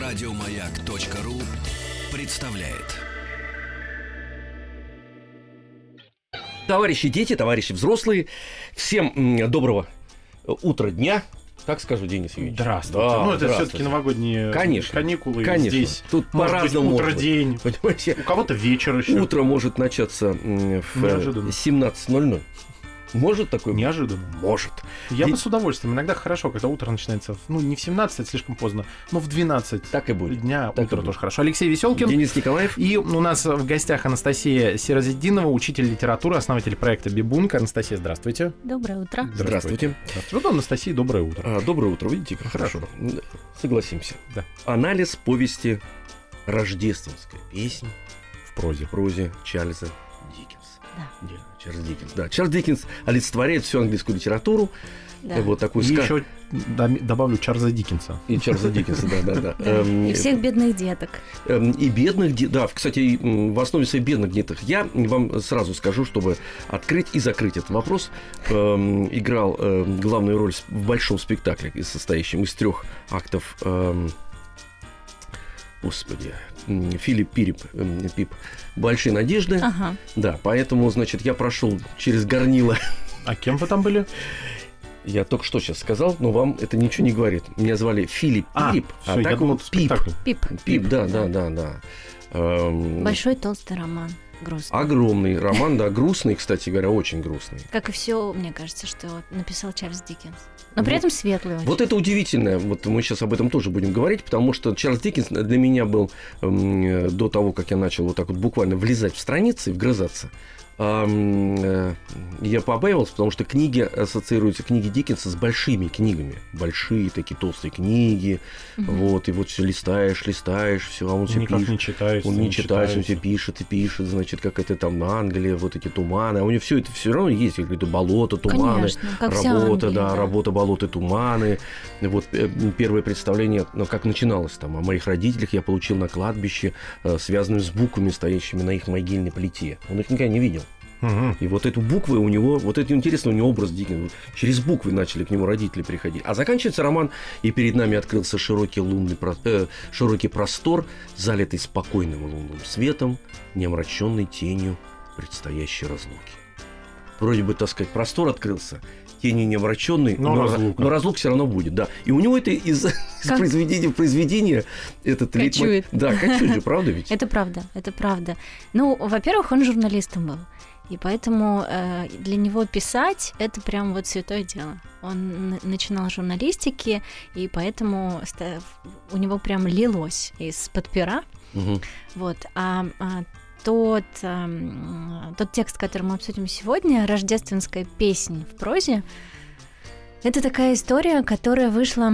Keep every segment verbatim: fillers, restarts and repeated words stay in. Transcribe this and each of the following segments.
Радиомаяк.ру представляет. Товарищи дети, товарищи взрослые, всем доброго утра дня. Так скажу, Денис Евгеньевич. Здравствуйте. Да, ну, это здравствуйте. все-таки новогодние Конечно, каникулы. конечно. Здесь Тут может по-разному быть может быть. утро-день. Понимаете? У кого-то вечер еще. Утро может начаться м, в Неожиданно. семнадцать ноль ноль. Может такое? быть? Неожиданно. Может. Я И- бы с удовольствием. Иногда хорошо, когда утро начинается, в- ну, не в семнадцать, это слишком поздно, но в двенадцать Так и будет. дня Так и утро будет. тоже хорошо. Алексей Веселкин. Денис Николаев. И у нас в гостях Анастасия Сиразетдинова, учитель литературы, основатель проекта «Бибунка». Анастасия, здравствуйте. Доброе утро. Здравствуйте. Здравствуйте. Вот, Анастасия, доброе утро. А, доброе утро. Видите, как Хорошо. хорошо. Согласимся. Да. Анализ повести «Рождественская песня» В прозе. в прозе Чарльза Диккенса. Да. Да, Чарльз Диккенс. Да, Чарльз Диккенс олицетворяет всю английскую литературу. Да. Вот такую И ска- еще дам- добавлю Чарльза Диккенса. И Чарльза Диккенса, да, да, да. Да. Эм, И всех бедных деток. эм, И бедных, де- да, кстати, и, м, в основе своих бедных деток. Я вам сразу скажу, чтобы открыть и закрыть этот вопрос. Эм, Играл эм, главную роль в большом спектакле, из- состоящем из трех актов. эм, Господи, м, Филипп Пирип, эм, Пип, «Большие надежды». Ага. Да, поэтому, значит, я прошел через горнило. А кем вы там были? Я только что сейчас сказал, но вам это ничего не говорит. Меня звали Филипп А, Пирип, всё, а я так думал, вот это Пип. спектакль. Пип. Пип, да, да, да, да. Эм, Большой толстый роман. Грустный. Огромный роман, да, грустный, кстати говоря, очень грустный. Как и все, мне кажется, что написал Чарльз Диккенс. Но при Вот. этом светлый очень. Вот это удивительно, вот мы сейчас об этом тоже будем говорить, потому что Чарльз Диккенс для меня был, эм, до того, как я начал вот так вот буквально влезать в страницы и вгрызаться, эм, э, я побаивался, потому что книги ассоциируются, книги Диккенса с большими книгами, большие такие толстые книги, Мгм. вот, и вот все листаешь, листаешь, все, а он все Никак пишет. не читается. Он не читает, он читается. все пишет и пишет, значит, как это там Англия, вот эти туманы. А у него все это все равно есть, какие-то болото, туманы, Конечно, как вся работа, Англия, да, да. работа, болота, туманы. Вот э, первое представление, ну, как начиналось там, о моих родителях я получил на кладбище, э, связанным с буквами, стоящими на их могильной плите. Он их никогда не видел. Мгм. И вот эту буквы у него, вот это интересно, у него образ Диккенса. Через буквы начали к нему родители приходить. А заканчивается роман, и перед нами открылся широкий лунный про- э, широкий простор, залитый спокойным лунным светом, не омраченный тенью предстоящей разлуки. Вроде бы, так сказать, простор открылся, тенью не омраченный, Но разлука. но разлука все равно будет, да. И у него это из, из Как? произведения в произведение этот лейтмотив- Кочует. Да, кочует же, правда ведь? Это правда, это правда. Ну, во-первых, он журналистом был. И поэтому э, для него писать – это прям вот святое дело. Он н- начинал с журналистики, и поэтому ста- у него прям лилось из-под пера. Мгм. Вот. А, а тот, ам, тот текст, который мы обсудим сегодня, «Рождественская песнь в прозе», это такая история, которая вышла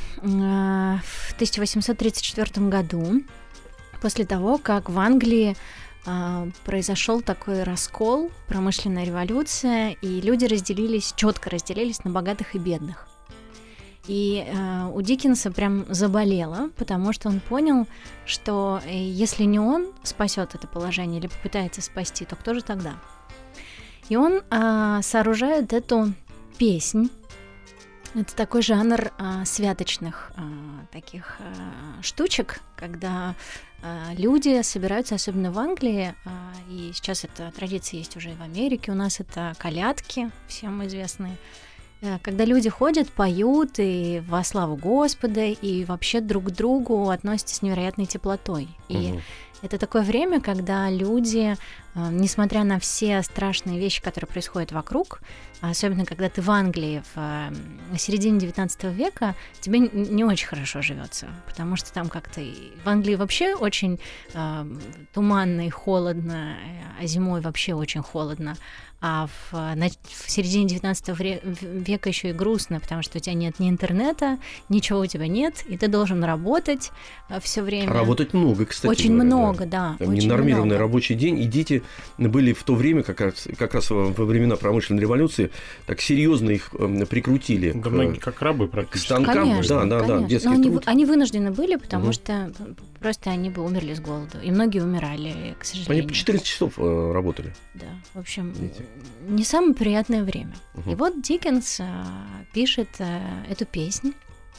а, в тысяча восемьсот тридцать четвёртом году, после того, как в Англии а, произошел такой раскол, промышленная революция, и люди разделились, четко разделились на богатых и бедных. И э, у Диккенса прям заболело, потому что он понял, что э, если не он спасет это положение или попытается спасти, то кто же тогда? И он э, сооружает эту песнь. Это такой жанр э, святочных э, таких э, штучек, когда э, люди собираются, особенно в Англии, э, и сейчас эта традиция есть уже и в Америке, у нас это колядки, всем известные, э, когда люди ходят, поют и во славу Господа, и вообще друг к другу относятся с невероятной теплотой. И Мгм. это такое время, когда люди, э, несмотря на все страшные вещи, которые происходят вокруг, особенно когда ты в Англии в э, середине девятнадцатого века, тебе н- не очень хорошо живется, потому что там как-то и- в Англии вообще очень э, туманно и холодно, э, а зимой вообще очень холодно. А в, э, на- в середине девятнадцатого вре- в- века еще и грустно, потому что у тебя нет ни интернета, ничего у тебя нет, и ты должен работать все время. А работать много, кстати Очень говоря, да. много, да. Там очень ненормированный много. рабочий день, и дети были в то время, как раз, как раз во, во времена промышленной революции, так серьезно их эм, прикрутили Да к, многие как рабы к практически. станкам. Конечно, да, да, да, конечно. детский Но они, труд. они вынуждены были, потому Мгм. что просто они бы умерли с голоду. И многие умирали, к Они сожалению. по четырнадцать часов э, работали. Да, в общем, Видите? не самое приятное время. Мгм. И вот Диккенс а, пишет а, эту песнь.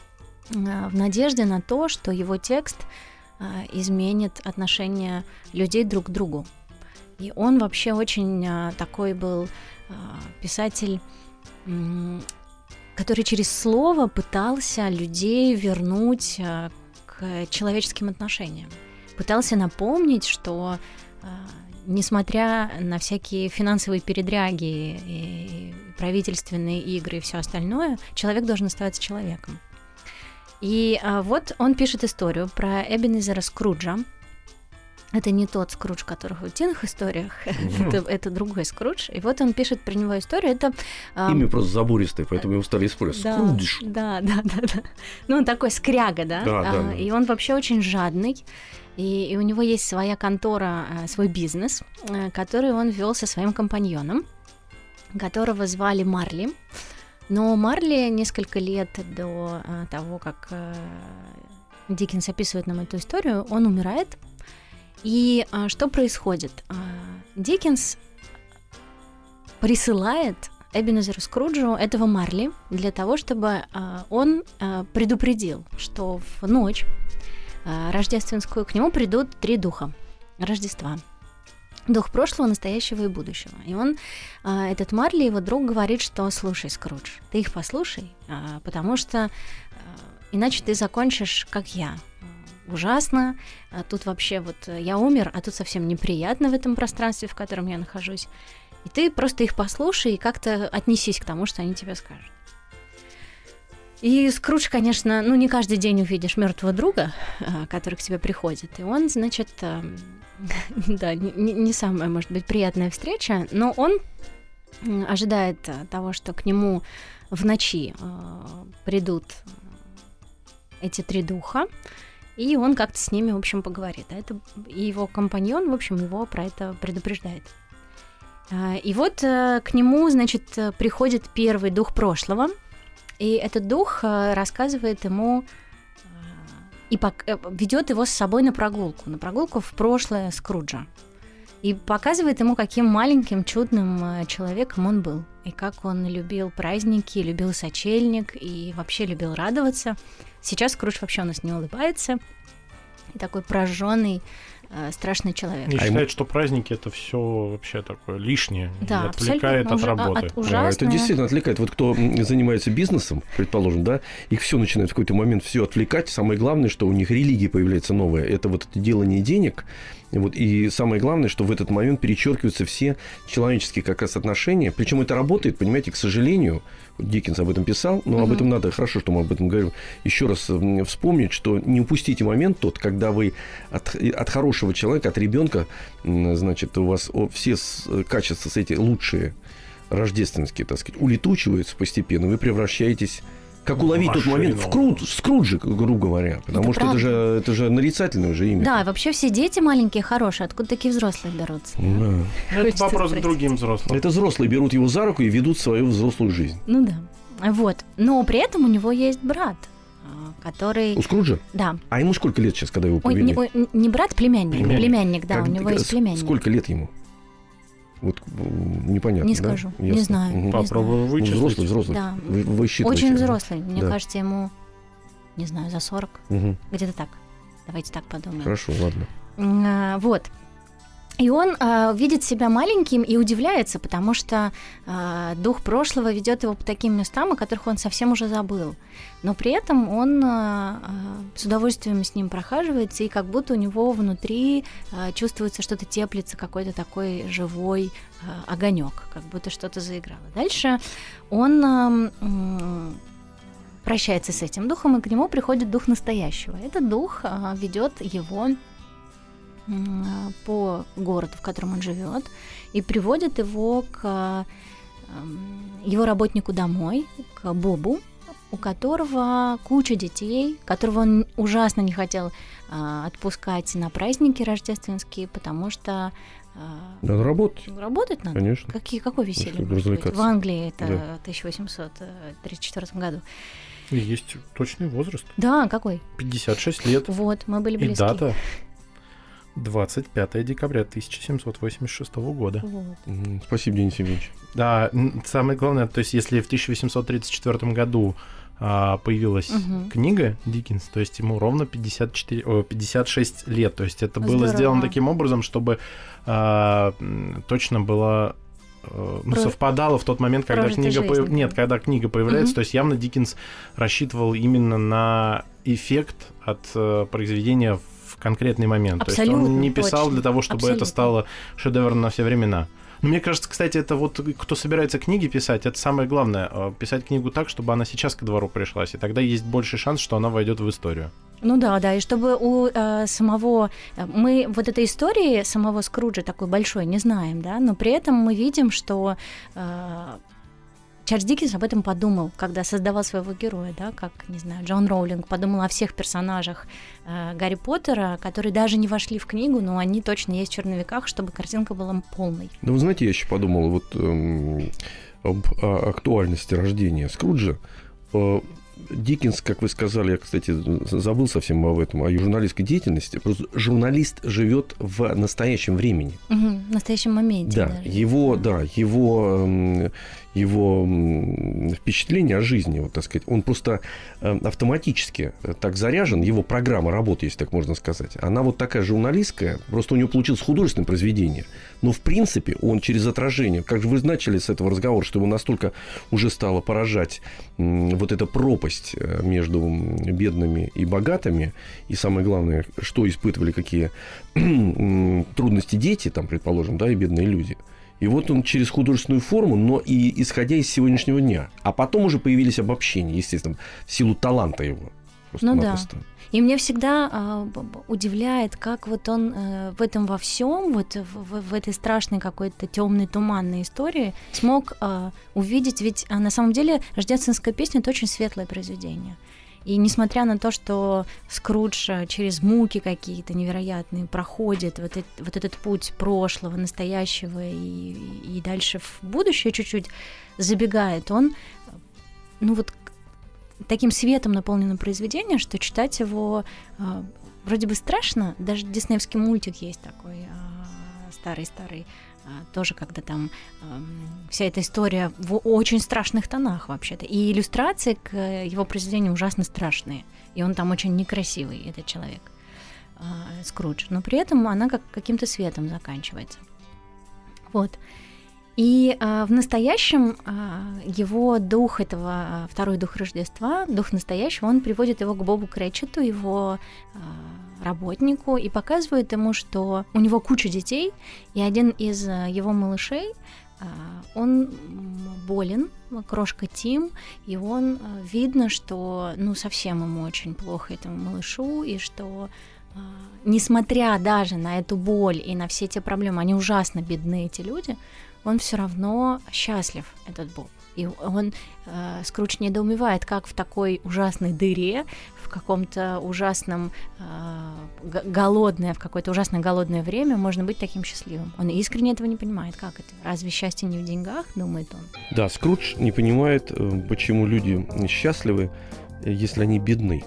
в надежде на то, что его текст изменит отношение людей друг к другу. И он вообще очень такой был писатель, который через слово пытался людей вернуть к человеческим отношениям. Пытался напомнить, что несмотря на всякие финансовые передряги и правительственные игры и все остальное, человек должен оставаться человеком. И а, вот он пишет историю про Эбенезера Скруджа. Это не тот Скрудж, который в утиных историях, mm-hmm. это, это другой Скрудж. И вот он пишет про него историю. Это, а... Имя просто забористое, поэтому его стали использовать. Да, Скрудж. Да, да, да, да. Ну, он такой скряга, да? Да, а, да, да. И он вообще очень жадный. И, и у него есть своя контора, свой бизнес, который он вел со своим компаньоном, которого звали Марли. Но Марли несколько лет до того, как Диккенс описывает нам эту историю, он умирает. И что происходит? Диккенс присылает Эбенезеру Скруджу этого Марли для того, чтобы он предупредил, что в ночь рождественскую к нему придут три духа Рождества. Дух прошлого, настоящего и будущего. И он, этот Марли, его друг, говорит, что слушай, Скрудж, ты их послушай, потому что иначе ты закончишь, как я. Ужасно. Тут вообще вот я умер, а тут совсем неприятно в этом пространстве, в котором я нахожусь. И ты просто их послушай и как-то отнесись к тому, что они тебе скажут. И Скрудж, конечно, ну не каждый день увидишь мертвого друга, который к тебе приходит. И он, значит, да, не, не самая, может быть, приятная встреча, но он ожидает того, что к нему в ночи придут эти три духа, и он как-то с ними, в общем, поговорит. А это, и его компаньон, в общем, его про это предупреждает. И вот к нему, значит, приходит первый дух прошлого, и этот дух рассказывает ему и ведет его с собой на прогулку, на прогулку в прошлое Скруджа. И показывает ему, каким маленьким, чудным человеком он был. И как он любил праздники, любил сочельник и вообще любил радоваться. Сейчас Скрудж вообще у нас не улыбается. И такой прожженный, страшный человек. И считает, что праздники — это все вообще такое лишнее, да, и отвлекает от работы. От ужасного. А, это действительно отвлекает. Вот кто занимается бизнесом, предположим, да, их все начинает в какой-то момент все отвлекать. Самое главное, что у них религия появляется новая, это вот это делание денег. Вот, и самое главное, что в этот момент перечеркиваются все человеческие как раз отношения. Причем это работает, понимаете, к сожалению, Диккенс об этом писал, но mm-hmm. об этом надо, хорошо, что мы об этом говорим, еще раз вспомнить, что не упустите момент тот, когда вы от, от хорошего человека, от ребенка, значит, у вас все качества с эти лучшие, рождественские, так сказать, улетучиваются постепенно, вы превращаетесь... Как уловить тот момент в Скрудж, Скруджи, грубо говоря. Потому это что это же, это же нарицательное уже имя. Да, вообще все дети маленькие хорошие. Откуда такие взрослые берутся? Да. Это вопрос спросить. К другим взрослым. Это взрослые берут его за руку и ведут свою взрослую жизнь. Ну да. Вот. Но при этом у него есть брат, который... У Скруджа? Да. А ему сколько лет сейчас, когда его повели? Ой, не, не брат, племянник. Племянник, племянник да, как, у него есть племянник. Сколько лет ему? Вот непонятно, не да? скажу, Ясно. не знаю. Угу. Попробую вычислить. Ну, взрослый, взрослый. Да. Вы, вы очень взрослый. Мне да. кажется, ему, не знаю, за сорок. Угу. Где-то так. Давайте так подумаем. Хорошо, ладно. А, вот. И он а, видит себя маленьким и удивляется, потому что а, дух прошлого ведет его по таким местам, о которых он совсем уже забыл. Но при этом он а, с удовольствием с ним прохаживается, и как будто у него внутри а, чувствуется что-то теплится, какой-то такой живой а, огонек, как будто что-то заиграло. Дальше он а, м, прощается с этим духом, и к нему приходит дух настоящего. Этот дух а, ведет его по городу, в котором он живет, и приводит его к его работнику домой, к Бобу, у которого куча детей, которого он ужасно не хотел отпускать на праздники рождественские, потому что надо работать. Работать надо? Конечно. Какие, какое веселье? В Англии это да. в тысяча восемьсот тридцать четвёртом году. И есть точный возраст. Да, какой? пятьдесят шесть лет. Вот, мы были близки. И дата двадцать пятое декабря тысяча семьсот восемьдесят шестого года. Вот. Спасибо, Денис Евгеньевич. Да, самое главное, то есть если в тысяча восемьсот тридцать четвёртом году а, появилась Мгм. книга Диккенс, то есть ему ровно пятьдесят четыре, о, пятьдесят шесть лет. То есть это было Здорово. сделано таким образом, чтобы а, м, точно было э, ну, Про- совпадало в тот момент, когда прожитой книга, появ- жизни, Нет, да. когда книга появляется. Мгм. То есть явно Диккенс рассчитывал именно на эффект от э, произведения в конкретный момент. То есть он Абсолютно не писал точно. для того, чтобы Абсолютно. это стало шедевром на все времена. Но мне кажется, кстати, это вот кто собирается книги писать, это самое главное. э, Писать книгу так, чтобы она сейчас ко двору пришлась. И тогда есть больший шанс, что она войдет в историю. Ну да, да, и чтобы у э, самого... э, Мы вот этой истории самого Скруджа такой большой не знаем, да, но при этом мы видим, что э, Чарльз Диккенс об этом подумал, когда создавал своего героя, да, как, не знаю, Джон Роулинг подумал о всех персонажах э, Гарри Поттера, которые даже не вошли в книгу, но они точно есть в черновиках, чтобы картинка была полной. Да вы знаете, я еще подумал вот эм, об а, актуальности рождения Скруджа. Э, Диккенс, как вы сказали, я, кстати, забыл совсем об этом, о журналистской деятельности. Просто журналист живет в настоящем времени. Мгм, в настоящем моменте. Да, даже. его, да, его, эм, его м, впечатление о жизни, вот, так сказать, он просто э, автоматически так заряжен, его программа работы, если так можно сказать, она вот такая журналистская, просто у него получилось художественное произведение, но в принципе он через отражение, как же вы начали с этого разговора, что его настолько уже стало поражать м, вот эта пропасть э, между бедными и богатыми, и самое главное, что испытывали, какие м, трудности дети, там, предположим, да, и бедные люди. И вот он через художественную форму, но и исходя из сегодняшнего дня. А потом уже появились обобщения, естественно, в силу таланта его. Ну да. Просто-напросто. И меня всегда а, б- б- удивляет, как вот он э, в этом во всем, вот в, в- в этой страшной какой-то темной, туманной истории смог а, увидеть, ведь а, на самом деле «Рождественская песня» — это очень светлое произведение. И несмотря на то, что Скрудж а, через муки какие-то невероятные проходит вот, эт- вот этот путь прошлого, настоящего и, и дальше в будущее чуть-чуть забегает, он, ну вот, таким светом наполнено произведение, что читать его а, вроде бы страшно. Даже диснеевский мультик есть такой а, старый-старый, а, тоже когда там а, вся эта история в очень страшных тонах вообще-то. И иллюстрации к его произведению ужасно страшные. И он там очень некрасивый, этот человек, а, Скрудж. Но при этом она как каким-то светом заканчивается. Вот. И а, в настоящем а, его дух этого, а, второй дух Рождества, дух настоящего, он приводит его к Бобу Кретчету, его а, работнику, и показывает ему, что у него куча детей, и один из а, его малышей, а, он болен, крошка Тим, и он а, видно, что ну совсем ему очень плохо этому малышу, и что а, несмотря даже на эту боль и на все те проблемы, они ужасно бедны, эти люди, он все равно счастлив, этот Боб. И он, э, Скрудж недоумевает, как в такой ужасной дыре, в каком-то ужасном, э, г- голодное, в какое-то ужасное голодное время можно быть таким счастливым. Он искренне этого не понимает. Как это? Разве счастье не в деньгах, думает он? Да, Скрудж не понимает, э, почему люди счастливы, э, если они бедны.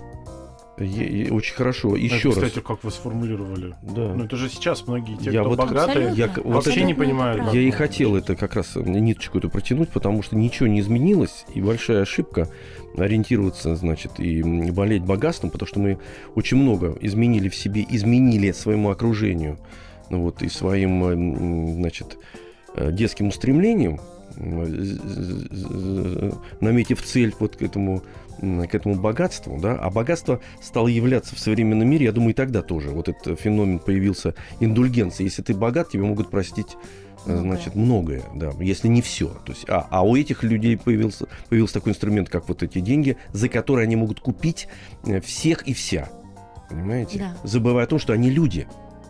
Е- е- Очень хорошо. Еще это, раз. кстати, как вы сформулировали. Да. Ну, это же сейчас многие те, Я кто вот- богатые, Абсолютно. Я к- вот вообще это- не Абсолютно понимают. это как Я и можно хотел жить. это как раз ниточку эту протянуть, потому что ничего не изменилось, и большая ошибка ориентироваться, значит, и м, болеть богатством, потому что мы очень много изменили в себе, изменили своему окружению, ну вот, и своим, м, значит, э, детским устремлением, м, з- з- з- наметив цель вот к этому, м, к этому богатству, да, а богатство стало являться в современном мире, я думаю, и тогда тоже вот этот феномен появился, индульгенция. Если ты богат, тебе могут простить, э, Многое. значит, многое, да, если не все. То есть, а, а у этих людей появился, появился такой инструмент, как вот эти деньги, за которые они могут купить э, всех и вся. Понимаете? Да. Забывая о том, что они люди.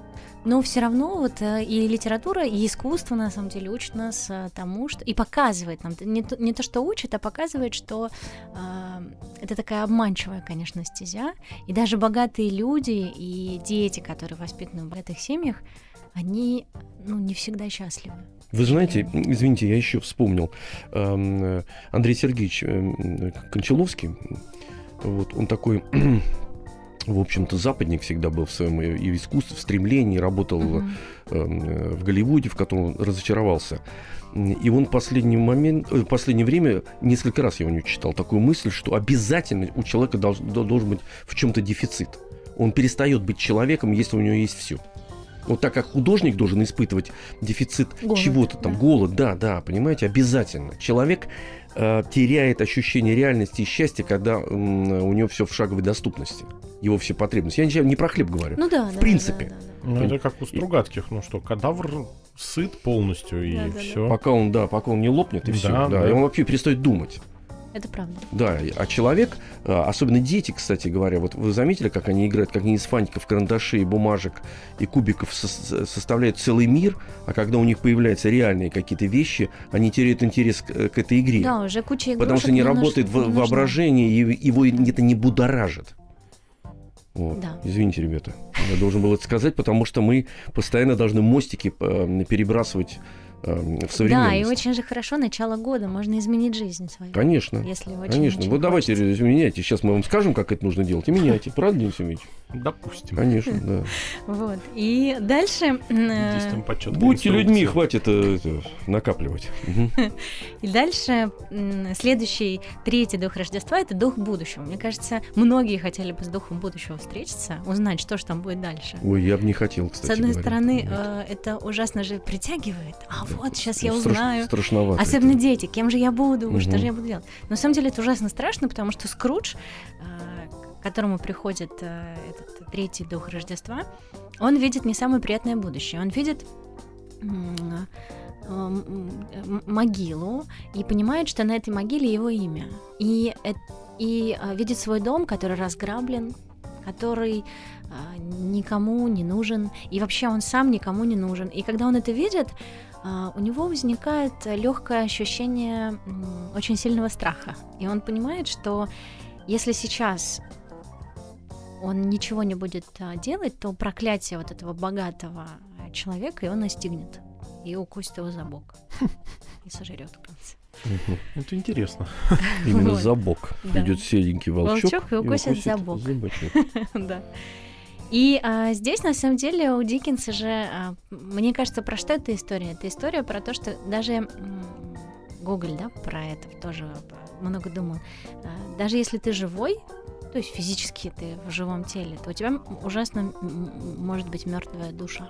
Но все равно вот э, и литература, и искусство на самом деле учат нас э, тому, что и показывает нам не то, не то, что учит, а показывает, что э, это такая обманчивая, конечно, стезя. И даже богатые люди и дети, которые воспитаны в богатых семьях, они ну, не всегда счастливы. Вы знаете, извините, я еще вспомнил, эм, Андрей Сергеевич эм, Кончаловский, вот, он такой в общем-то, западник всегда был в своем и в искусстве, в стремлении, работал uh-huh. в, в Голливуде, в котором он разочаровался. И он в последний момент, в последнее время, несколько раз я у него читал такую мысль, что обязательно у человека долж, должен быть в чем-то дефицит. Он перестает быть человеком, если у него есть все. Вот так как художник должен испытывать дефицит голод, чего-то там, да. голод, да, да, понимаете, обязательно. Человек э, теряет ощущение реальности и счастья, когда э, у него все в шаговой доступности, его все потребности. Я не, не про хлеб говорю, ну, да, в да, принципе. Да, да, да. Ну, это как у Стругацких, ну что, кадавр сыт полностью, и да, да, все. да. Пока он, да, пока он не лопнет, и да, все, да, да. и он вообще перестает думать. Это правда. Да, а человек, особенно дети, кстати говоря, вот вы заметили, как они играют, как они из фантиков, карандашей, бумажек и кубиков со- составляют целый мир, а когда у них появляются реальные какие-то вещи, они теряют интерес к, к этой игре. Да, уже куча игрушек. Потому что не работает нужно, воображение, и его это не будоражит. Вот. Да. Извините, ребята, я должен был это сказать, потому что мы постоянно должны мостики перебрасывать в современность. Да, и очень же хорошо начало года, можно изменить жизнь свою. Конечно, если очень, конечно. очень вот давайте хочется. меняйте. Сейчас мы вам скажем, как это нужно делать, и меняйте. Правда, Денис Евгеньевич? Допустим. Конечно, да. Вот. И дальше... Здесь там почётная Будьте инструкция. людьми, хватит это, накапливать. Угу. И дальше следующий, третий дух Рождества — это дух будущего. Мне кажется, многие хотели бы с духом будущего встретиться, узнать, что же там будет дальше. Ой, я бы не хотел, кстати С одной говоря. стороны, э, это ужасно же притягивает. А Да. вот, сейчас я Страш- узнаю. Страшновато. Особенно это. дети, кем же я буду, Мгм. что же я буду делать. Но на самом деле это ужасно страшно, потому что Скрудж, э, к которому приходит э, этот третий дух Рождества, он видит не самое приятное будущее. Он видит м, э, м, могилу и понимает, что на этой могиле его имя. И, э, и э, видит свой дом, который разграблен, который э, никому не нужен, и вообще он сам никому не нужен. И когда он это видит, Uh, у него возникает легкое ощущение м, очень сильного страха. И он понимает, что если сейчас он ничего не будет а, делать, то проклятие вот этого богатого человека его настигнет и укусит его за бок. И сожрет в конце. Мгм. Это интересно. Именно Вот. за бок Да. идет серенький волчок, Волчок и укусит за бок. бочок. Да. И а, здесь, на самом деле, у Диккенса же, а, мне кажется, про что эта история? Это история про то, что даже м, Гоголь, да, про это тоже много думал. А, даже если ты живой, то есть физически ты в живом теле, то у тебя ужасно м, может быть мертвая душа.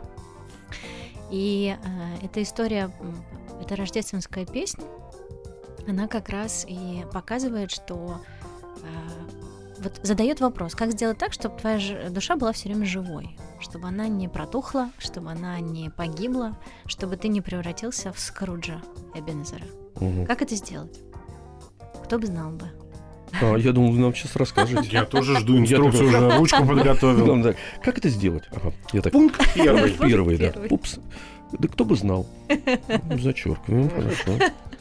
И а, эта история, м, эта рождественская песня, она как раз и показывает, что а, вот задает вопрос, как сделать так, чтобы твоя ж- душа была все время живой, чтобы она не протухла, чтобы она не погибла, чтобы ты не превратился в Скруджа Эбенезера. Мгм. Как это сделать? Кто бы знал бы. А, я думал, вы нам сейчас расскажете. Я тоже жду инструкцию, Я уже ручку подготовил. Там, да, как это сделать? Ага, я так, Пункт первый. первый, да. Первый. Упс. Да кто бы знал. Ну, зачеркиваем, хорошо.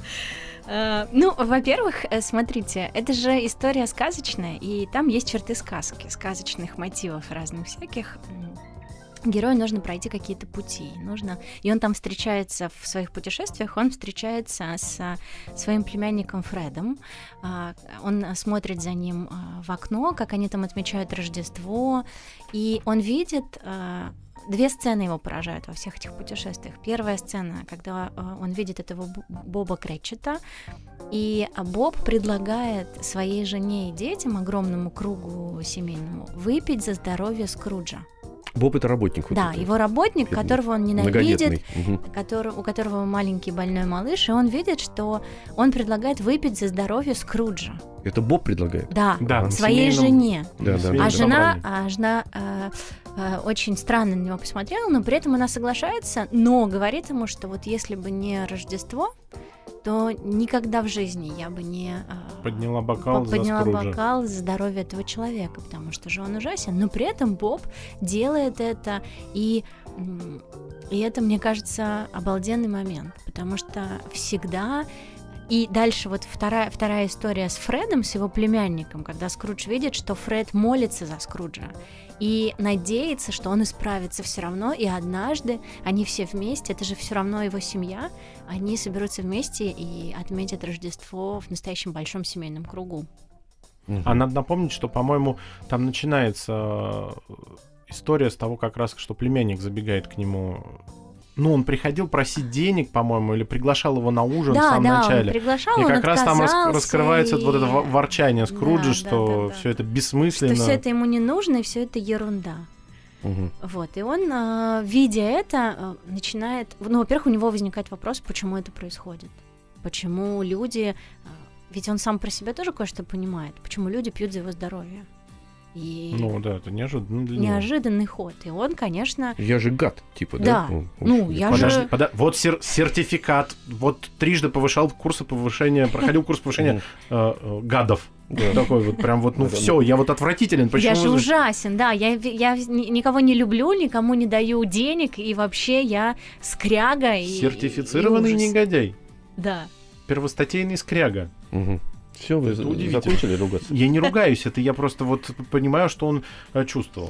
Э, Ну, во-первых, э, смотрите, это же история сказочная, и там есть черты сказки, сказочных мотивов разных всяких. М, Герою нужно пройти какие-то пути, нужно, и он там встречается в своих путешествиях, он встречается с а, своим племянником Фредом, А, он смотрит за ним а, в окно, как они там отмечают Рождество, и он видит. а, Две сцены его поражают во всех этих путешествиях. Первая сцена, когда э, он видит этого Б- Боба Кретчета, и а, Боб предлагает своей жене и детям, огромному кругу семейному, выпить за здоровье Скруджа. Боб — это работник. вот Да, это, его работник, бедный, которого он ненавидит, многодетный. Мгм. который, у которого маленький больной малыш, и он видит, что он предлагает выпить за здоровье Скруджа. Это Боб предлагает? Да, Да, на своей семейном- жене. Да, да, Семейном да. А жена, собрании. а жена э, э, очень странно на него посмотрела, но при этом она соглашается, но говорит ему, что вот если бы не Рождество, то никогда в жизни я бы не э, Подняла бокал по- за подняла Скруджа. бокал за здоровье этого человека, потому что же он ужасен. Но при этом Боб делает это, и, м, и это, мне кажется, обалденный момент, потому что всегда... И дальше вот вторая, вторая история с Фредом, с его племянником, когда Скрудж видит, что Фред молится за Скруджа и надеется, что он исправится все равно, и однажды они все вместе, это же все равно его семья, они соберутся вместе и отметят Рождество в настоящем большом семейном кругу. Мгм. А надо напомнить, что, по-моему, там начинается история с того, как раз, что племянник забегает к нему. Ну, он приходил просить денег, по-моему, или приглашал его на ужин Да, в самом да, начале. он приглашал, И он как раз там рас- отказался, раскрывается и- вот это во- ворчание Скруджа, Да, да, что да, да. все это Что бессмысленно. все это ему не нужно, и все это ерунда. Мгм. Вот, и он, а, видя это, а, начинает... Ну, во-первых, у него возникает вопрос, почему это происходит. Почему люди... а, Ведь он сам про себя тоже кое-что понимает. Почему люди пьют за его здоровье. И Ну да, это неожиданно для него. неожиданный ход. И он, конечно... Я же гад, типа, да? Да. Он- он Ну, же- я Подожди, же- пода- Вот сер- сертификат, вот трижды повышал курсы повышения, проходил курс повышения э, э, гадов. Да. Такой вот прям вот, ну Да-да-да. все, я вот отвратителен. Почему Я же вы- ужасен, да. Я, я ни- никого не люблю, никому не даю денег, и вообще я скряга. И, Сертифицированный и ужас. негодяй. Да. Первостатейный скряга. Все, вы Это за- удивительно. закончили ругаться? Я не ругаюсь, это я просто вот понимаю, что он э, чувствовал.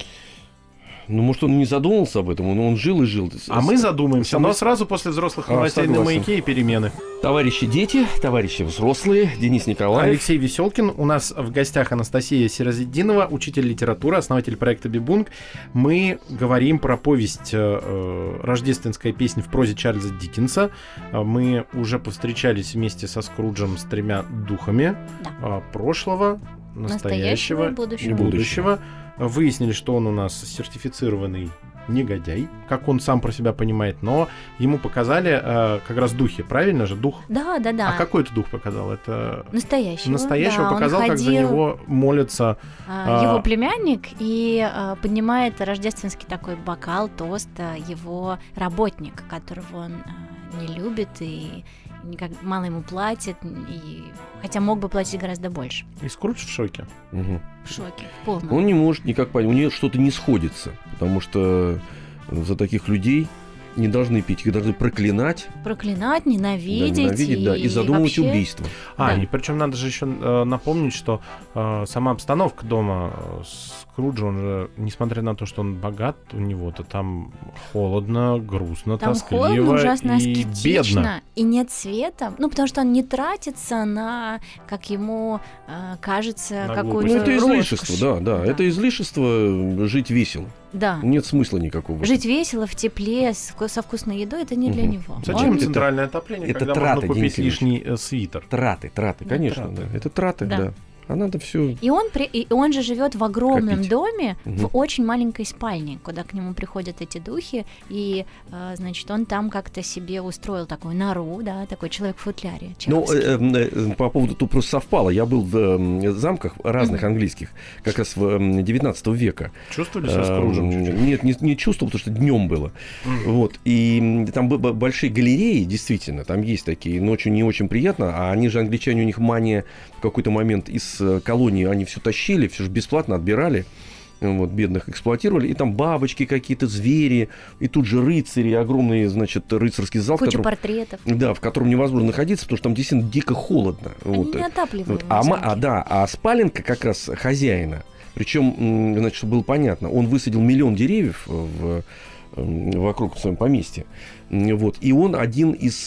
Ну, может, он не задумался об этом, но он жил и жил. А мы задумаемся, Самый- но сразу после взрослых А, новостей на согласен. маяке и перемены. Товарищи дети, товарищи взрослые, Денис Николаев. Алексей Веселкин. У нас в гостях Анастасия Сиразетдинова, учитель литературы, основатель проекта «Бибунг». Мы говорим про повесть э, «Рождественская песня» в прозе Чарльза Диккенса. Э, Мы уже повстречались вместе со Скруджем с тремя духами Да. э, прошлого, настоящего, Настоящего и будущего. и будущего. Выяснили, что он у нас сертифицированный негодяй, как он сам про себя понимает, но ему показали э, как раз духи, правильно же? Дух. Да, да, да. А какой это дух показал? Это Настоящего. настоящего да, он показал, как за ходил, него молятся. а, а, его племянник, и а, поднимает рождественский такой бокал, тост, а, его работник, которого он а, не любит и никак мало ему платит, и хотя мог бы платить гораздо больше. И Скрудж в шоке. Мгм. В шоке, в полном. Он не может никак понять, у нее что-то не сходится, потому что за таких людей не должны пить, их должны проклинать, Проклинать, да, ненавидеть, ненавидеть, да, и задумывать вообще- убийство. А, Да. и причем надо же еще э, напомнить, что э, сама обстановка дома э, Скруджа, он же, несмотря на то, что он богат, у него-то там холодно, грустно, Там тоскливо холодно, ужасно и аскетично, бедно. и нет света. Ну, потому что он не тратится на, как ему э, кажется, На какую-то Ну, это роскошь. излишество, да, да, Да. это излишество жить весело. Да. Нет смысла никакого. Жить весело, в тепле, с вку- со вкусной едой, это не для Мгм. него. Зачем Он- Это- центральное отопление, это когда траты, можно купить Денис Ильич. лишний э, свитер? Траты, траты, Да, конечно, траты. да. Это траты, Да. да. А надо все. И он, при... и он же живет в огромном Копить. доме, Мгм. в очень маленькой спальне, куда к нему приходят эти духи, и, э, значит, он там как-то себе устроил такую нору, да, такой человек в футляре. Ну, чеховский. э, э, э, по поводу, тут просто совпало. Я был в э, замках разных Мгм. английских, как раз в э, девятнадцатого века. Чувствовали себя Скруджем Эм, чуть-чуть? Нет, не, не чувствовал, потому что днем было. Вот. И м, там б- б- большие галереи, действительно, там есть такие, ночью не очень приятно, а они же, англичане, у них мания в какой-то момент из э, колонии, они все тащили, все же бесплатно отбирали. Вот, бедных эксплуатировали, и там бабочки какие-то, звери, и тут же рыцари, огромный, значит, рыцарский зал, в Куча котором, портретов. да, в котором невозможно находиться, потому что там действительно дико холодно. Они Вот. не отапливаемые. Вот. А, ма- а, замки. да, а спаленка как раз хозяина. Причем, значит, чтобы было понятно, он высадил миллион деревьев в, м, вокруг в своем поместье. М, Вот. И он один из,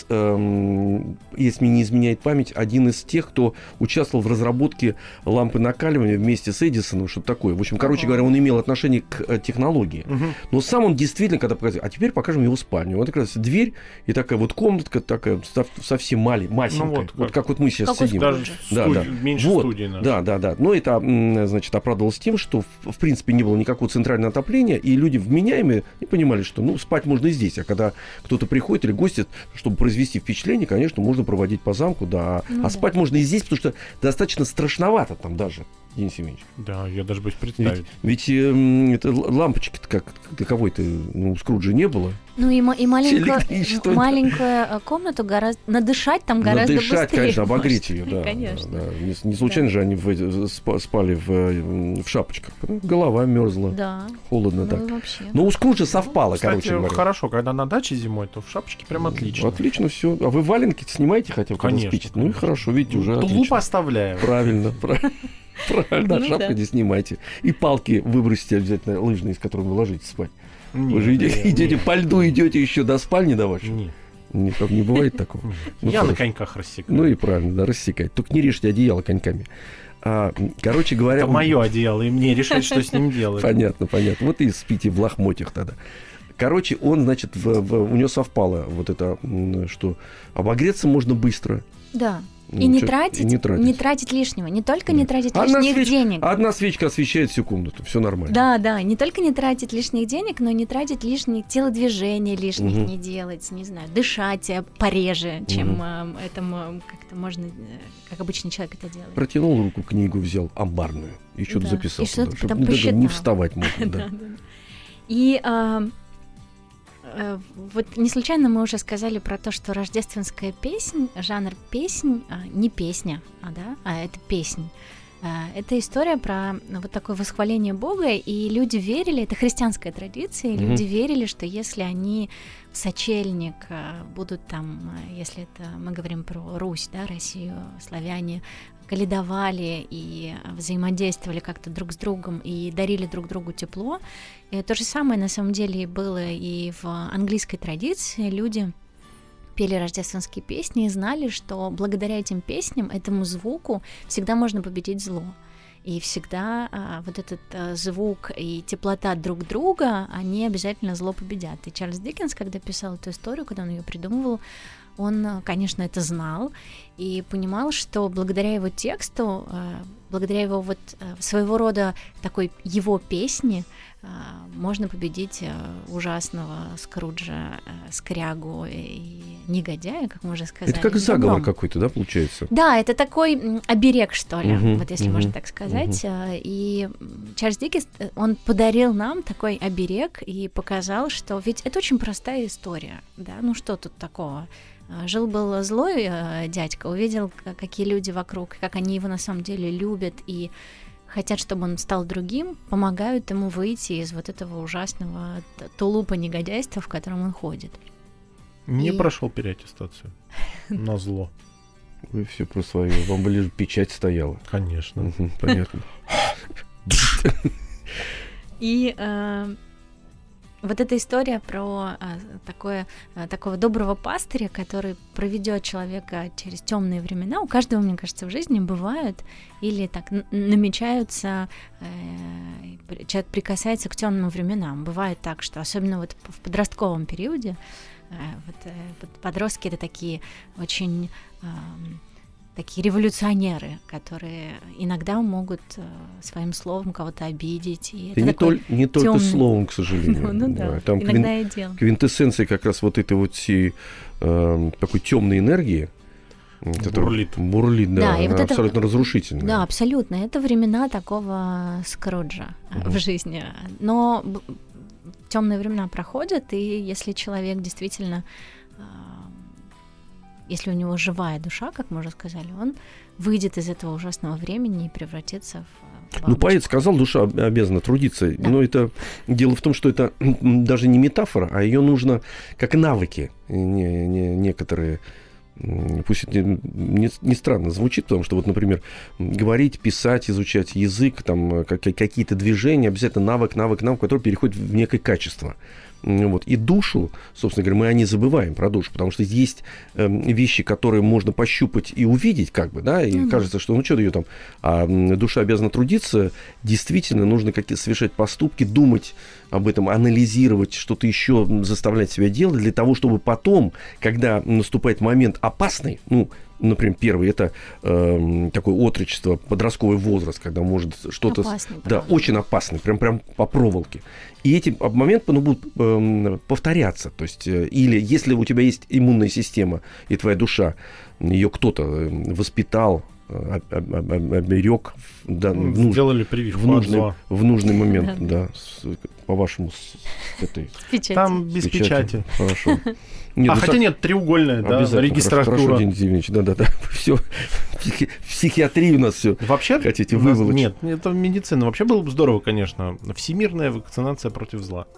эм, если мне не изменяет память, один из тех, кто участвовал в разработке лампы накаливания вместе с Эдисоном, что-то такое. В общем, короче Ого. говоря, он имел отношение к э, технологии. Мгм. Но сам он действительно, когда показывает, а теперь покажем его спальню. Вот как раз дверь и такая вот комнатка, такая сов- совсем маленькая, масенькая. Ну вот вот, как- как вот мы сейчас Как у сидим. Даже Да, студи- да. меньше Вот, студии нашей. Да, да, да. Но это, м, значит, оправдывалось тем, что в, в принципе не было никакого центрального отопления, и люди вменяемые не понимали, что ну спать можно и здесь, а когда кто-то приходит или гостит, чтобы произвести впечатление, конечно, можно проводить по замку, да. Ну а да. спать можно и здесь, потому что достаточно страшновато там даже, Денис Евгеньевич. Да, я даже боюсь Ведь, представить. ведь эм, это л- лампочки-то как таковой-то ну, у Скруджа не было. Ну и, ма- и маленькую, Электричество. маленькую э, комнату гораздо... Надышать там гораздо Надышать, быстрее. конечно, обогреть можно. ее, да. Конечно. да, да. Не, не случайно же они в эти- спа- спали в, э, в шапочках. Ну, голова мерзла, Да. холодно Ну так. и вообще. Но у Скруджа совпало, Кстати, короче говоря. хорошо, когда на даче зимой, то в шапочке прям отлично. Отлично все. А вы валенки снимаете хотя бы, когда Конечно, спите? Ну и конечно. хорошо, видите, уже Тулуп отлично. оставляю. Правильно, правильно. Правильно, Ну шапку да. не снимайте. И палки выбросите обязательно лыжные, из которых вы ложитесь спать. Нет, Вы же идете, нет, идете нет. по льду, идете еще до спальни до вашей. Нет, Никак не бывает такого. нет. Ну, Я на хорошо. коньках рассекаю. Ну и правильно, да, рассекать. Только не режьте одеяло коньками. А, короче говоря... Это мое одеяло, и мне решать, что с ним делать. Понятно, понятно. Вот и спите в лохмотьях тогда. Короче, он, значит, в, в, у него совпало вот это, что обогреться можно быстро. Да. Ну, и, не чё, тратить, и не тратить. не тратить лишнего. Не только Да. не тратить Одна лишних свеч- денег. Одна свечка освещает всю комнату, все нормально. Да, да, не только не тратить лишних денег, но и не тратить лишних телодвижений, лишних Мгм. не делать, не знаю, дышать э, пореже, чем Мгм. э, этому как-то можно, э, как обычный человек это делает. Протянул руку, книгу взял, амбарную, и что-то Да. записал И что-то туда, чтобы там не, даже не посчитал. вставать можно. Да, Да. да, да. И а, э, вот не случайно мы уже сказали про то, что рождественская песнь, жанр песнь, а, не песня, а, да, а это песнь. А, Это история про вот такое восхваление Бога, и люди верили, это христианская традиция, и Мгм. люди верили, что если они в сочельник а, будут там, а, если это мы говорим про Русь, да, Россию, славяне, каледовали и взаимодействовали как-то друг с другом и дарили друг другу тепло. И то же самое на самом деле было и в английской традиции. Люди пели рождественские песни и знали, что благодаря этим песням, этому звуку всегда можно победить зло. И всегда а, вот этот а, звук и теплота друг друга, они обязательно зло победят. И Чарльз Диккенс, когда писал эту историю, когда он ее придумывал, он, конечно, это знал и понимал, что благодаря его тексту, а, благодаря его вот а, своего рода такой его песни, а, можно победить а, ужасного Скруджа, а, скрягу и негодяя, как мы уже сказали. Это как заговор добром. какой-то, да, получается? Да, это такой м, оберег, что ли, Мгм, вот если мгм, можно так сказать. А, И м, Чарльз Диккенс, э, он подарил нам такой оберег и показал, что ведь это очень простая история, да, ну что тут такого? А, Жил-был злой э, дядька, увидел, к- какие люди вокруг, как они его на самом деле любят и хотят, чтобы он стал другим, помогают ему выйти из вот этого ужасного т- тулупа негодяйства, в котором он ходит. Не И- прошел переаттестацию. На зло. Вы все про свое. Вам бы лишь печать стояла. Конечно. Мгм, понятно. И э, вот эта история про э, такое, э, такого доброго пастыря, который проведет человека через темные времена, у каждого, мне кажется, в жизни бывают или так н- намечаются, э, человек прикасается к темным временам. Бывает так, что особенно вот в подростковом периоде, э, вот, э, под- подростки это такие очень эм, такие революционеры, которые иногда могут э, своим словом кого-то обидеть. И И это не, такой толь- не только тёмный- словом, к сожалению. Ну, ну да, Там иногда квин- и дело. квинтэссенция как раз вот этой вот всей э, такой темной энергии, м, которая Бурлит. бурлит, да, Да, и она вот это- абсолютно разрушительная. Да, абсолютно. Это времена такого Скруджа э, Мгм. в жизни. Но темные времена проходят, и если человек действительно, э, если у него живая душа, как мы уже сказали, он выйдет из этого ужасного времени и превратится в э, Ну, бабочку. поэт сказал, душа об- обязана трудиться. Да. Но это дело в том, что это даже не метафора, а ее нужно как навыки не, не- некоторые. м, Пусть это не, не странно звучит, потому что, вот, например, говорить, писать, изучать язык, там, как- какие-то движения, обязательно навык, навык, навык, который переходит в некое качество. М, Вот. И душу, собственно говоря, мы о ней забываем, про душу, потому что есть эм, вещи, которые можно пощупать и увидеть, как бы, да, и Ну да. кажется, что ну что ее там, а м, душа обязана трудиться, действительно нужно какие-то совершать поступки, думать об этом, анализировать, что-то еще заставлять себя делать для того, чтобы потом, когда наступает момент опасный, ну, например, первый, это эм, такое отрочество, подростковый возраст, когда может что-то... Опасный, Да, правда. очень опасный, прям, прям по проволоке. И эти об- моменты ну, будут эм, повторяться. То есть, э, или если у тебя есть иммунная система, и твоя душа, ее кто-то э, воспитал, э, об- об- об- оберег да, в, нуж- Сделали прививку в от нужный, зла. в нужный момент, Да. да, с- по-вашему, с этой Печать. Там без печатью. печати. Хорошо. Нет, А ну, хотя так- нет, треугольная, да, обязательно. регистратура. Хорошо, Денис Евгеньевич, да-да-да. Все. Психиатрии у нас все. Вообще, Хотите у нас- выволочь? Нет, это медицина. Вообще было бы здорово, конечно. Всемирная вакцинация против зла.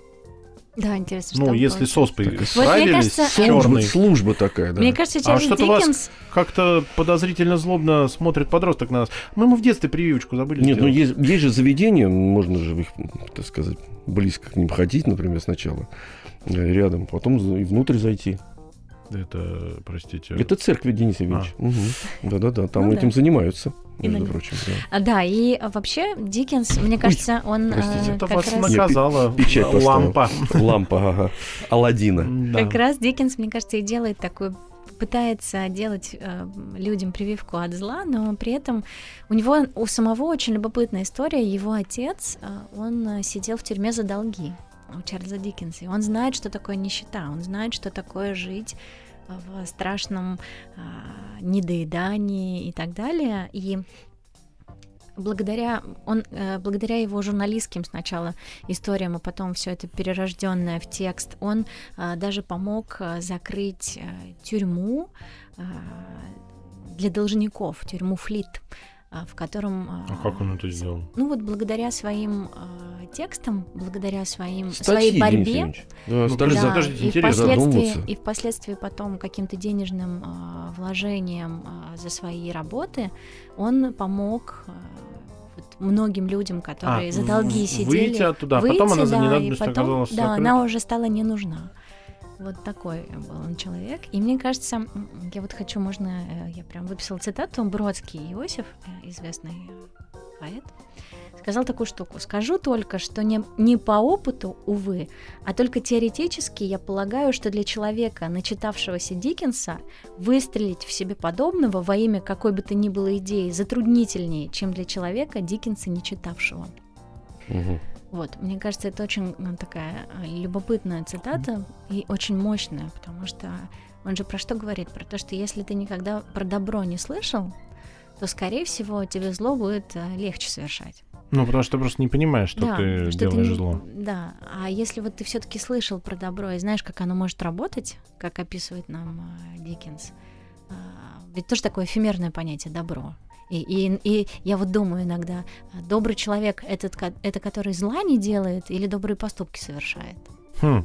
Да, интересно, Ну, что если с оспой Так, справились, мне кажется, с Служба, черной. служба такая, да. Мне кажется, А Чарльз что-то у вас Диккенс... как-то подозрительно злобно смотрит подросток на нас. Мы ему в детстве прививочку забыли Нет, ну сделать. есть, есть же заведения, можно же в их, так сказать, близко к ним ходить, например, сначала э, рядом, потом за- и внутрь зайти. Это, простите... Это церковь, Денис Евгеньевич. А. Угу. Да-да-да, там Ну этим да. занимаются, между Иногда. прочим. Да. А, да, и а, вообще Диккенс, мне кажется, он простите. э, Это как вас раз... наказала печать поставил. лампа. Лампа, ага. Аладдина. Да. Как раз Диккенс, мне кажется, и делает такую, пытается делать э, людям прививку от зла, но при этом у него, у самого очень любопытная история. Его отец, э, он э, сидел в тюрьме за долги у Чарльза Диккенса, и он знает, что такое нищета, он знает, что такое жить в страшном э, недоедании и так далее, и благодаря, он, э, благодаря его журналистским сначала историям, а потом все это перерожденное в текст, он э, даже помог э, закрыть э, тюрьму э, для должников, тюрьму Флит, э, в котором... Э, А как он это сделал? Ну вот благодаря своим э, текстам, благодаря своим, Статьи, своей Денис борьбе, Евгеньевич. Да, Ну, стали Да, за- подождите, и, интересно. впоследствии, задумываться. и впоследствии потом каким-то денежным э, вложением э, за свои работы он помог э, вот многим людям, которые А, за долги в- сидели, выйти оттуда, а выйти, потом она за да, и ненадобностью потом, оказалась да, закрыта. она уже стала не нужна. Вот такой был он человек. И мне кажется, м, я вот хочу, можно, э, я прям выписала цитату, Бродский Иосиф, э, известный э, поэт, сказал такую штуку. «Скажу только, что не, не по опыту, увы, а только теоретически я полагаю, что для человека, начитавшегося Диккенса, выстрелить в себе подобного во имя какой бы то ни было идеи затруднительнее, чем для человека, Диккенса не читавшего». Мгм. Вот, мне кажется, это очень ну, такая э, любопытная цитата и очень мощная, потому что он же про что говорит? Про то, что если ты никогда про добро не слышал, то, скорее всего, тебе зло будет э, легче совершать. Ну, потому что ты просто не понимаешь, что Да, ты что делаешь не- зло. Да, а если вот ты все-таки слышал про добро и знаешь, как оно может работать, как описывает нам э, Диккенс, э, ведь тоже такое эфемерное понятие добро. И, и, и я вот думаю иногда, а добрый человек этот, ко- это который зла не делает или добрые поступки совершает? Хм.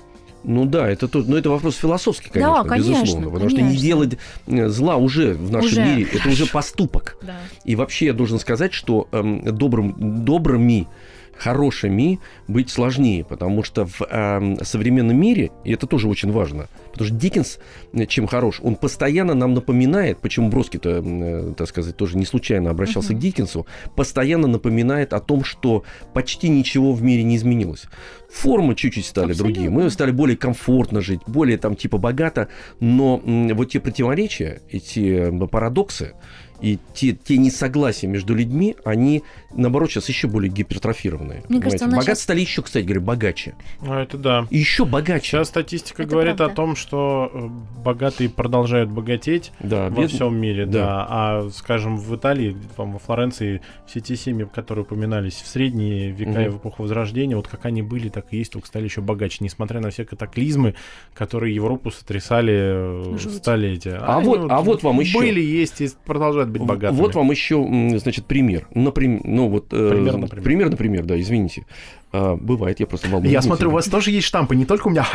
Ну да, это тут, но это вопрос философский, конечно, Да, конечно, безусловно, потому что не конечно. делать э, зла уже в нашем Уже. мире это уже поступок. Да. И вообще я должен сказать, что эм, добрым, добрыми, хорошими быть сложнее, потому что в эм, современном мире, и это тоже очень важно, потому что Диккенс, э, чем хорош, он постоянно нам напоминает, почему Бродский-то, э, так сказать, тоже не случайно обращался Мгм. к Диккенсу, постоянно напоминает о том, что почти ничего в мире не изменилось. Формы чуть-чуть стали Абсолютно. другие, мы стали более комфортно жить, более там типа богато, но м, вот те противоречия, эти м, парадоксы, и те, те несогласия между людьми, они, наоборот, сейчас еще более гипертрофированные. Мне кажется, понимаете? у нас Богаты щас- стали еще, кстати говоря, богаче. А это да. И еще богаче. Сейчас статистика Это говорит правда. о том, что э, богатые продолжают богатеть Да, во бед- всем мире, да. да. А, скажем, в Италии, там, во Флоренции, все те семьи, которые упоминались в средние века и Мгм. в эпоху Возрождения, вот как они были, так и есть, только стали еще богаче, несмотря на все катаклизмы, которые Европу сотрясали э, Жуть. столетия. А они вот- а вот вам еще. Были, есть и продолжают быть В- богатыми. Вот вам еще, м, значит, пример. Например, ну вот, э, Пример, например. пример, например, да, извините. А, бывает, я просто волнуюсь. Я смотрю, у вас тоже есть штампы, не только у меня.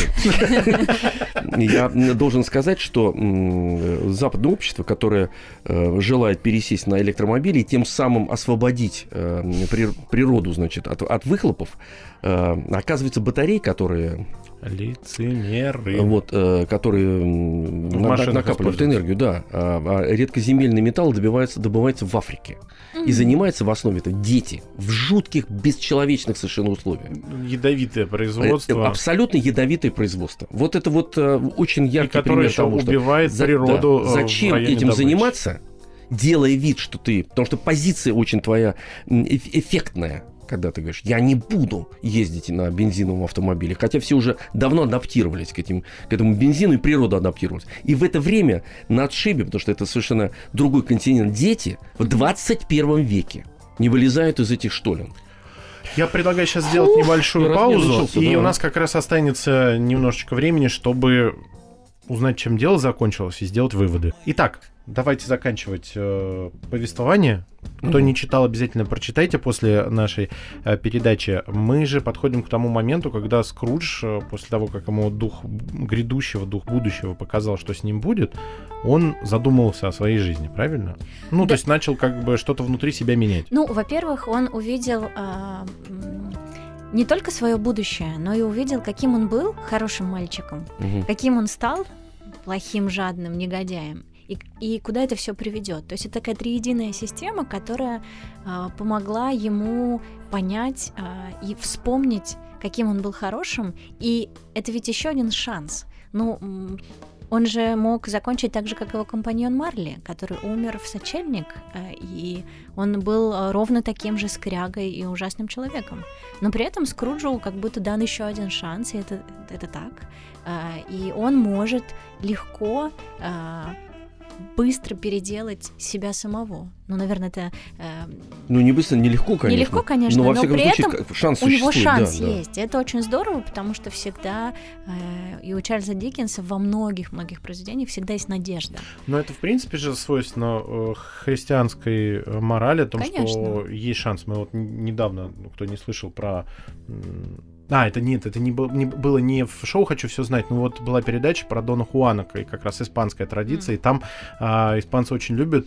Я должен сказать, что м, западное общество, которое э, желает пересесть на электромобили и тем самым освободить э, при- природу, значит, от, от выхлопов, э, оказывается, батареи, которые, Лицемеры. вот, э, которые м, В на- машинах накапливают используются. энергию, да, а, а редкоземельный металл добивается, добывается в Африке. И занимаются в основе это дети в жутких, бесчеловечных совершенно условиях. Ядовитое Э, производство. Абсолютно ядовитое производство. Вот это вот э, очень И яркий которое пример еще того, что убивает за- природу. да, э, в зачем районе этим добычи. заниматься, делая вид, что ты... Потому что позиция очень твоя м, эф- эффектная, когда ты говоришь, я не буду ездить на бензиновом автомобиле, хотя все уже давно адаптировались к, этим, к этому бензину, и природа адаптировалась. И в это время на отшибе, потому что это совершенно другой континент, дети в двадцать первом веке не вылезают из этих штолен. Я предлагаю сейчас сделать небольшую я паузу, разнервничался, и да. у нас как раз останется немножечко времени, чтобы узнать, чем дело закончилось, и сделать выводы. Итак, давайте заканчивать э, повествование. Кто Мгм. не читал, обязательно прочитайте после нашей э, передачи. Мы же подходим к тому моменту, когда Скрудж, э, после того, как ему дух грядущего, дух будущего показал, что с ним будет, он задумался о своей жизни, правильно? Ну, Да. то есть начал как бы что-то внутри себя менять. Ну, во-первых, он увидел а, м, не только свое будущее, но и увидел, каким он был хорошим мальчиком, Мгм. каким он стал плохим, жадным негодяем. И, и куда это все приведет? То есть это такая триединая система, которая а, помогла ему понять а, и вспомнить, каким он был хорошим. И это ведь еще один шанс. Ну, он же мог закончить так же, как его компаньон Марли, который умер в сочельник, а, и он был ровно таким же скрягой и ужасным человеком. Но при этом Скруджу как будто дан еще один шанс, и это, это так. А, и он может легко... А, быстро переделать себя самого. Ну, наверное, это... Э, ну, не быстро, нелегко, конечно. Нелегко, конечно, но, во но всяком при случае, этом шанс у него существует. шанс да, есть. Да. Это очень здорово, потому что всегда э, и у Чарльза Диккенса во многих-многих произведениях всегда есть надежда. Но это, в принципе, же свойственно э, христианской морали, о том, конечно. Что есть шанс. Мы вот недавно, кто не слышал про... А, это нет, это не, был, не было не в шоу «Хочу все знать», но вот была передача про Дона Хуана, и как раз испанская традиция, mm. и там а, испанцы очень любят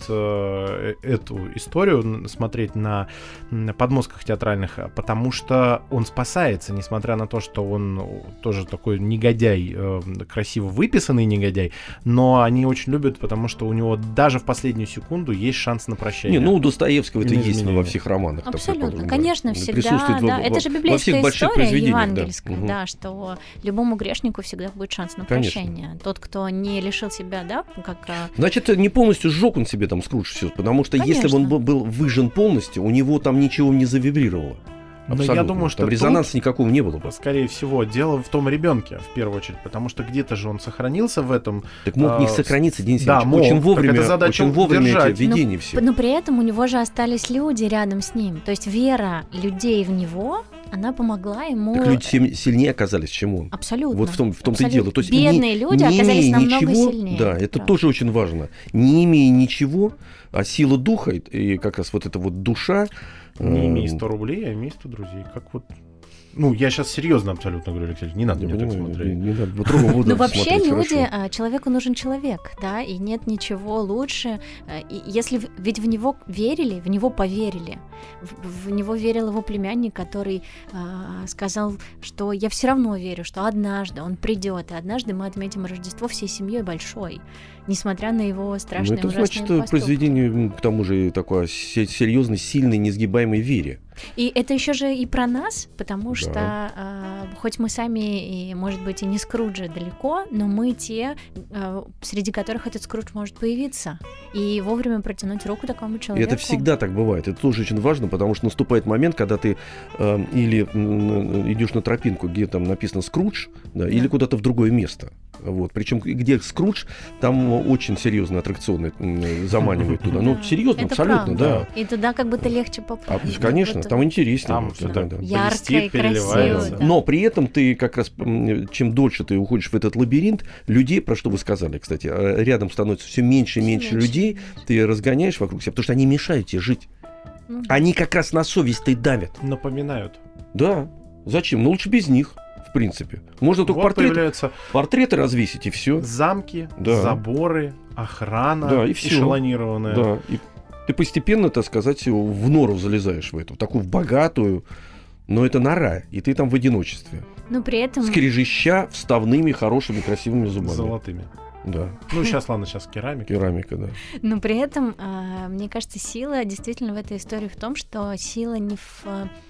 а, эту историю смотреть на, на подмостках театральных, потому что он спасается, несмотря на то, что он тоже такой негодяй, а, красиво выписанный негодяй, но они очень любят, потому что у него даже в последнюю секунду есть шанс на прощение. Не, ну у Достоевского это есть во всех романах. Абсолютно, конечно, да. всегда, да, в, это же библейская история, евангельская, да, да, да, что любому грешнику всегда будет шанс на конечно. Прощение. Тот, кто не лишил себя, да, как... Значит, не полностью сжег он себе там Скрудж все, потому что конечно. Если бы он был, был выжжен полностью, у него там ничего не завибрировало. Но я думаю, что там резонанса никакого не было бы. Скорее всего, дело в том ребенке, в первую очередь, потому что где-то же он сохранился в этом. Так мог не сохраниться, Денис да, Ильич. Очень вовремя, очень вовремя держать. эти видения но, все. Но при этом у него же остались люди рядом с ним. То есть вера людей в него, она помогла ему... Так люди сильнее оказались, чем он. Абсолютно. Вот в, том, в том-то и дело. То есть бедные не, люди не оказались намного ничего, сильнее. Да, это да. тоже очень важно. Не имея ничего, а сила духа, и как раз вот эта вот душа... Не имей сто рублей, а имей сто друзей. Как вот... Ну, я сейчас серьезно абсолютно говорю, Алексей, не надо мне так смотреть. Не, не надо, вот ну, вообще смотреть, люди, хорошо. Человеку нужен человек, да, и нет ничего лучше. И если ведь в него верили, в него поверили, в, в него верил его племянник, который э, сказал, что я все равно верю, что однажды он придет, и однажды мы отметим Рождество всей семьей большой, несмотря на его страшные ну, это ужасные значит поступки. Произведение, к тому же, такой серьезной, сильной, несгибаемой вере. И это еще же и про нас, потому да. что э, хоть мы сами, и, может быть, и не Скруджи далеко, но мы те, э, среди которых этот Скрудж может появиться, и вовремя протянуть руку такому человеку. И это всегда так бывает. Это тоже очень важно, потому что наступает момент, когда ты э, или э, идешь на тропинку, где там написано Скрудж, да, да. или куда-то в другое место. Вот. Причем где Скрудж, там очень серьезные аттракционы заманивают туда. Ну, серьезно, абсолютно, да. И туда как будто легче попасть. Конечно, там интереснее. Там да, да. Ярко и красиво. Да. Но при этом ты как раз, чем дольше ты уходишь в этот лабиринт, людей, про что вы сказали, кстати, рядом становится все меньше и меньше, меньше людей, меньше. Ты разгоняешь вокруг себя, потому что они мешают тебе жить. Угу. Они как раз на совесть-то и давят. Напоминают. Да. Зачем? Ну, лучше без них. В принципе. Можно только вот портреты, появляются портреты развесить, и все. Замки, да. заборы, охрана, да, и все. Эшелонированная. Да. И ты постепенно, так сказать, в нору залезаешь в эту, такую богатую, но это нора, и ты там в одиночестве. Но при этом... Скрежеща вставными, хорошими, красивыми зубами. Золотыми. Да. Ну, сейчас, ладно, сейчас керамика. Керамика, да. Но при этом, мне кажется, сила действительно в этой истории в том, что сила не в...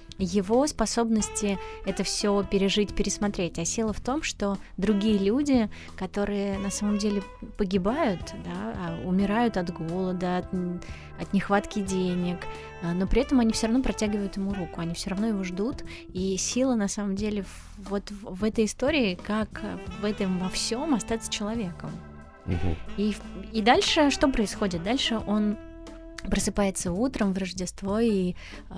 его способности это все пережить, пересмотреть. А сила в том, что другие люди, которые на самом деле погибают, да, умирают от голода, от, от нехватки денег, но при этом они все равно протягивают ему руку, они все равно его ждут. И сила на самом деле вот в этой истории, как в этом во всем остаться человеком. Угу. И, и дальше что происходит? Дальше он просыпается утром в Рождество и э,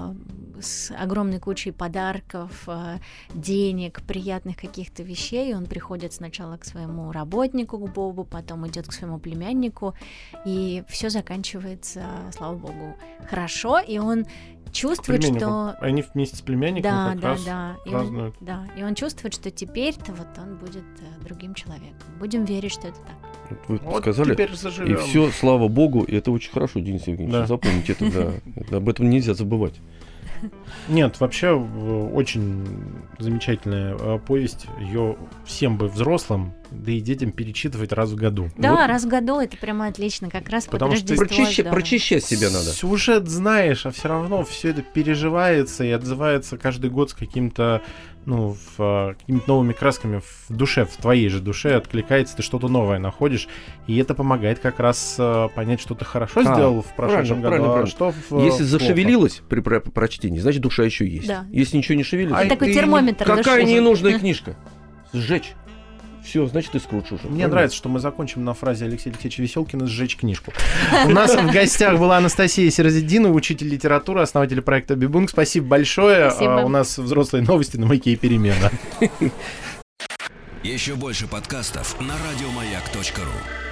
с огромной кучей подарков, э, денег, приятных каких-то вещей. Он приходит сначала к своему работнику, к Бобу, потом идет к своему племяннику, и все заканчивается, слава богу, хорошо, и он чувствует, что... Они вместе с племянником да, как да, раз да. празднуют. И он, да, и он чувствует, что теперь-то вот он будет другим человеком. Будем верить, что это так. Вы вот сказали, и все, слава богу, и это очень хорошо, Денис Евгеньевич, да. Запомните это, да. Об этом нельзя забывать. Нет, вообще очень замечательная повесть. Ее всем бы взрослым, да и детям перечитывать раз в году. Да, Вот. раз в году это прямо отлично, как раз под Потому что Рождество. Прочище- здорово. прочищать себя надо. Сюжет знаешь, а все равно все это переживается и отзывается каждый год с каким-то, ну, в, а, какими-то новыми красками в душе, в твоей же душе откликается, ты что-то новое находишь, и это помогает как раз а, понять, что ты хорошо А, сделал в прошедшем правильно, году, правильно, а что в, Если плохо. зашевелилось при про- прочтении, значит, душа еще есть. Да. Если ничего не шевелится, А Это такой ты термометр какая души. ненужная книжка? Сжечь. Все, значит, ты скрутишь уже. Мне правильно? нравится, что мы закончим на фразе Алексея Алексеевича Веселкина «сжечь книжку». У нас в гостях была Анастасия Сиразетдинова, учитель литературы, основатель проекта Бибунг. Спасибо большое. Спасибо. А, У нас взрослые новости на Маяке и Перемена. Еще больше подкастов на радиомаяк точка ру.